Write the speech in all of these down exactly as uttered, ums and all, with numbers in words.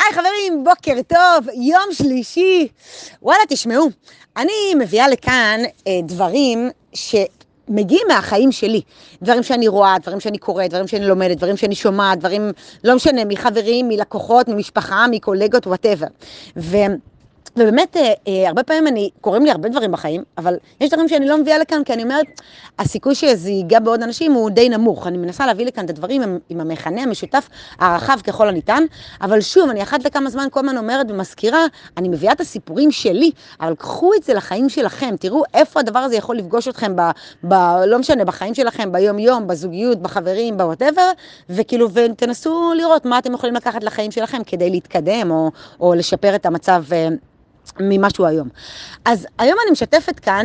היי חברים, בוקר טוב, יום שלישי. וואלה, תשמעו, אני מביאה לכאן אה, דברים שמגיעים מהחיים שלי. דברים שאני רואה, דברים שאני קוראת, דברים שאני לומדת, דברים שאני שומעת, דברים, לא משנה, מחברים, מלקוחות, ממשפחה, מקולגות, whatever. ו... ובאמת, אה, אה, הרבה פעמים אני, קוראים לי הרבה דברים בחיים, אבל יש דברים שאני לא מביאה לכאן, כי אני אומרת, הסיכוי שזה ייגע בעוד אנשים הוא די נמוך. אני מנסה להביא לכאן את הדברים עם, עם המכנה המשותף הרחב ככל הניתן, אבל שוב, אני אחת לכמה זמן כל הזמן אומרת ומזכירה, אני מביאה את הסיפורים שלי, אבל קחו את זה לחיים שלכם, תראו איפה הדבר הזה יכול לפגוש אתכם, ב, ב, לא משנה, בחיים שלכם, ביום יום, בזוגיות, בחברים, ב-whatever, וכאילו, ותנסו לראות מה אתם יכולים לקחת לחיים שלכם כדי להתקדם, או, או לשפר את המצב ממשהו היום. אז היום אני משתפת כאן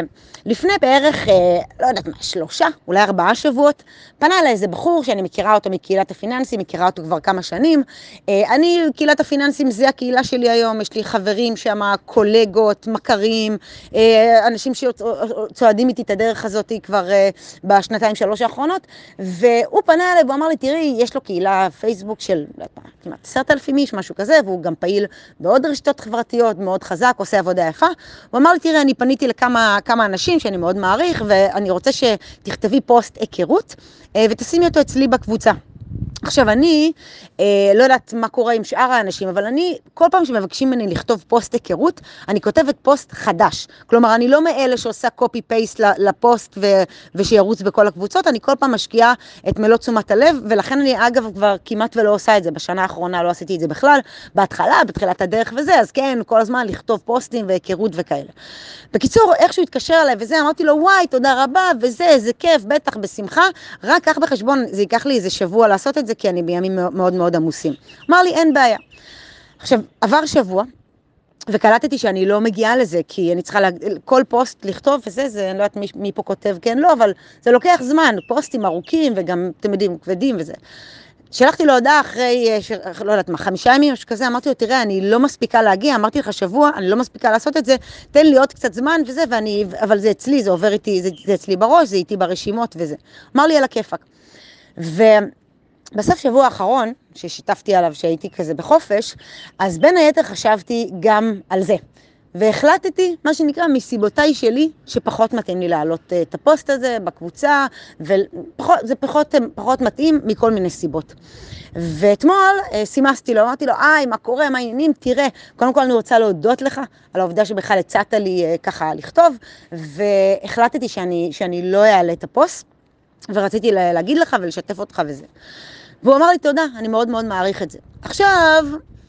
שלפני בערך, אה, לא יודעת מה, שלושה, אולי ארבעה שבועות, פנה אליי איזה בחור שאני מכירה אותו מקהילת הפיננסים, מכירה אותו כבר כמה שנים. אה, אני, קהילת הפיננסים, זה הקהילה שלי היום, יש לי חברים שם, קולגות, מכרים, אה, אנשים שצועדים איתי את הדרך הזאת כבר אה, בשנתיים שלוש האחרונות, והוא פנה אליי והוא אמר לי, תראי, יש לו קהילה פייסבוק של, לא יודעת מה, כמעט עשרת אלפים איש, משהו כזה, והוא גם פעיל בעוד רשתות חברתיות, מאוד חזק, עושה עבודה יפה. הוא אמר לי, תראה, אני פניתי לכמה כמה אנשים שאני מאוד מעריך, ואני רוצה שתכתבי פוסט היכרות, ותשימי אותו אצלי בקבוצה. עכשיו, אני אה, לא יודעת מה קורה עם שאר האנשים, אבל אני, כל פעם שמבקשים ממני לכתוב פוסט היכרות, אני כותבת פוסט חדש. כלומר, אני לא מאלה שעושה קופי-פייסט לפוסט ו- ושירוץ בכל הקבוצות, אני כל פעם משקיעה את מלוא תשומת הלב, ולכן אני, אגב, כבר כמעט ולא עושה את זה. בשנה האחרונה לא עשיתי את זה בכלל, בהתחלה, בתחילת הדרך וזה, אז כן, כל הזמן לכתוב פוסטים והיכרות וכאלה. בקיצור, איכשהו התקשר אליי וזה, אמרתי לו, וואי, תודה רבה, וזה, זה כיף, בטח, בשמחה. רק כך בחשבון, זה ייקח לי איזה שבוע לעשות את זה, כי אני בימים מאוד מאוד עמוסים. אמר לי, אין בעיה. עכשיו, עבר שבוע, וקלטתי שאני לא מגיעה לזה, כי אני צריכה לה... כל פוסט לכתוב, וזה, זה, אני לא יודעת מי, מי פה כותב, כן, לא, אבל זה לוקח זמן, פוסטים ארוכים, וגם, אתם יודעים, כבדים וזה. שלחתי לו הודעה אחרי, ש... לא יודעת מה, חמישה ימים, משהו כזה, אמרתי לו, תראה, אני לא מספיקה להגיע, אמרתי לך שבוע, אני לא מספיקה לעשות את זה, תן לי עוד קצת זמן וזה, ואני, אבל זה אצלי, זה עובר איתי, זה, זה אצלי בראש, זה איתי ברשימות וזה. אמר לי על הכיפק. ו... בסוף שבוע האחרון, ששיתפתי עליו שהייתי כזה בחופש, אז בין היתר חשבתי גם על זה. והחלטתי, מה שנקרא, מסיבותיי שלי, שפחות מתאים לי להעלות את הפוסט הזה בקבוצה, וזה פחות, פחות מתאים מכל מיני סיבות. ואתמול סימסתי לו, אמרתי לו, איי, מה קורה, מה העניינים, תראה, קודם כל אני רוצה להודות לך על העובדה שבכלל הצעת לי ככה לכתוב, והחלטתי שאני, שאני לא אעלה את הפוסט, ורציתי להגיד לך ולשתף אותך וזה. והוא אמר לי, תודה, אני מאוד מאוד מעריך את זה. עכשיו,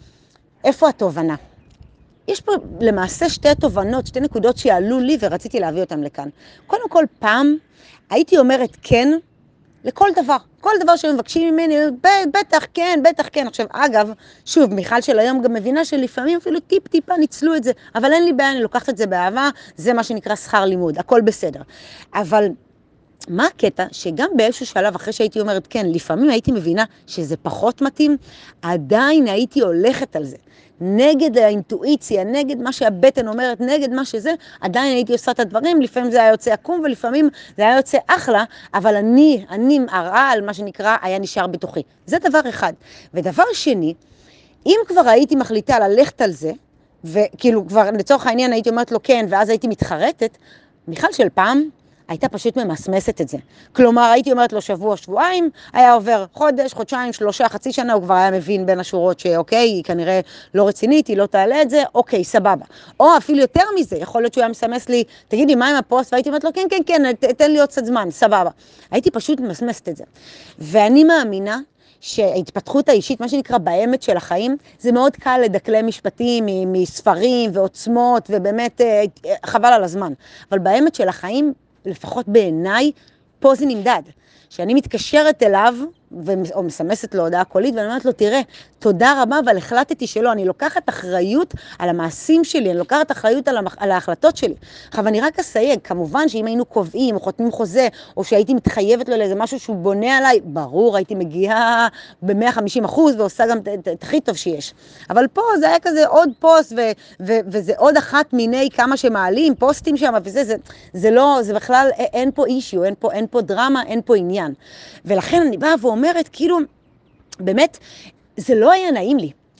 איפה התובנה? יש פה למעשה שתי תובנות, שתי נקודות שיעלו לי ורציתי להביא אותן לכאן. קודם כל, פעם הייתי אומרת כן לכל דבר. כל דבר שמבקשים ממני, בטח כן, בטח כן. עכשיו, אגב, שוב, מיכל של היום גם מבינה שלפעמים אפילו טיפ-טיפה ניצלו את זה, אבל אין לי בעיה, אני לוקחת את זה באהבה, זה מה שנקרא שכר לימוד, הכל בסדר. אבל מה הקטע? שגם באיזשהו שלב, אחרי שהייתי אומרת כן, לפעמים הייתי מבינה שזה פחות מתאים, עדיין הייתי הולכת על זה. נגד האינטואיציה, נגד מה שהבטן אומרת, נגד מה שזה, עדיין הייתי עושה את הדברים, לפעמים זה היה יוצא עקום, ולפעמים זה היה יוצא אחלה, אבל אני, אני, הרעל, מה שנקרא, היה נשאר בתוכי. זה דבר אחד. ודבר שני, אם כבר הייתי מחליטה ללכת על זה, וכאילו כבר לצורך העניין הייתי אומרת לו כן, ואז הייתי מתחרטת, מיכל של פעם, הייתה פשוט ממסמסת את זה. כלומר, הייתי אומרת לו שבוע, שבועיים, היה עובר חודש, חודשיים, שלושה, חצי שנה, הוא כבר היה מבין בין השורות שאוקיי, היא כנראה לא רצינית, היא לא תעלה את זה, אוקיי, סבבה. או אפילו יותר מזה, יכול להיות שהוא היה מסמס לי, תגידי, מה עם הפוסט? והייתי אומרת לו, כן, כן, כן, תן לי עוד קצת זמן, סבבה. הייתי פשוט ממסמסת את זה. ואני מאמינה שההתפתחות האישית, מה שנקרא באמת של החיים, זה מאוד קל לדקלם משפטים מספרים ועוצמות, ובאמת חבל על הזמן. אבל באמת של החיים, לפחות בעיניי, פה זה נמדד. שאני מתקשרת אליו, או מסמסת לו הודעה קולית, ואני אומרת לו, תראה, תודה רבה, אבל החלטתי שלא, אני לוקחת אחריות על המעשים שלי, אני לוקחת אחריות על, המח... על ההחלטות שלי. עכשיו, אני רק אסייג, כמובן שאם היינו קובעים, או חותמים חוזה, או שהייתי מתחייבת לו לאיזה משהו שהוא בונה עליי, ברור, הייתי מגיעה ב-מאה וחמישים אחוז, ועושה גם את הכי טוב שיש. אבל פה זה היה כזה עוד פוסט, ו... ו... וזה עוד אחת מיני כמה שמעלים, פוסטים שם, וזה, זה, זה לא, זה בכלל, אין פה אישיו, אין פה, אין פה דרמה, אין פה עניין. ולכן אני באה ואומרת, כאילו, באמת, זה לא היה נעים לי.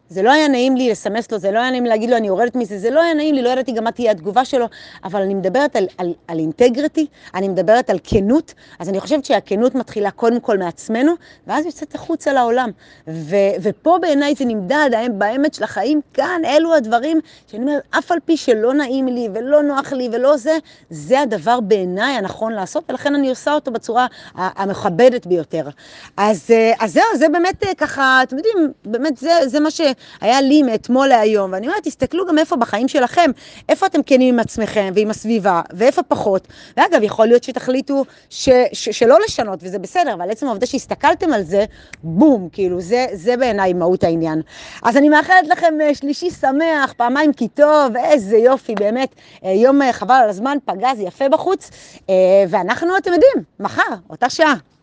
זה לא היה נעים לי לסמס לו, זה לא היה נעים להגיד לו, אני יורדת מזה, זה לא היה נעים לי, לא ידעתי גם מה תהיה התגובה שלו, אבל אני מדברת על, על, על אינטגריטי, אני מדברת על כנות, אז אני חושבת שהכנות מתחילה קודם כל מעצמנו, ואז יוצאת החוצה לעולם. ו, ופה בעיניי זה נמדד, באמת של החיים, כאן, אלו הדברים, שאני אומרת, אף על פי שלא נעים לי, ולא נוח לי, ולא זה, זה הדבר בעיניי הנכון לעשות, ולכן אני עושה אותו בצורה המכבדת ביותר. אז, אז זהו, זה באמת ככה, אתם יודעים, באמת זה, זה מה שהיה לי מאתמול להיום, ואני אומרת, תסתכלו גם איפה בחיים שלכם, איפה אתם כנים עם עצמכם ועם הסביבה, ואיפה פחות. ואגב, יכול להיות שתחליטו ש, ש, שלא לשנות, וזה בסדר, אבל עצם העובדה שהסתכלתם על זה, בום, כאילו, זה, זה בעיניי מהות העניין. אז אני מאחלת לכם שלישי שמח, פעמיים כי טוב, איזה יופי, באמת, יום חבל על הזמן, פגז יפה בחוץ, ואנחנו, אתם יודעים, מחר, אותה שעה.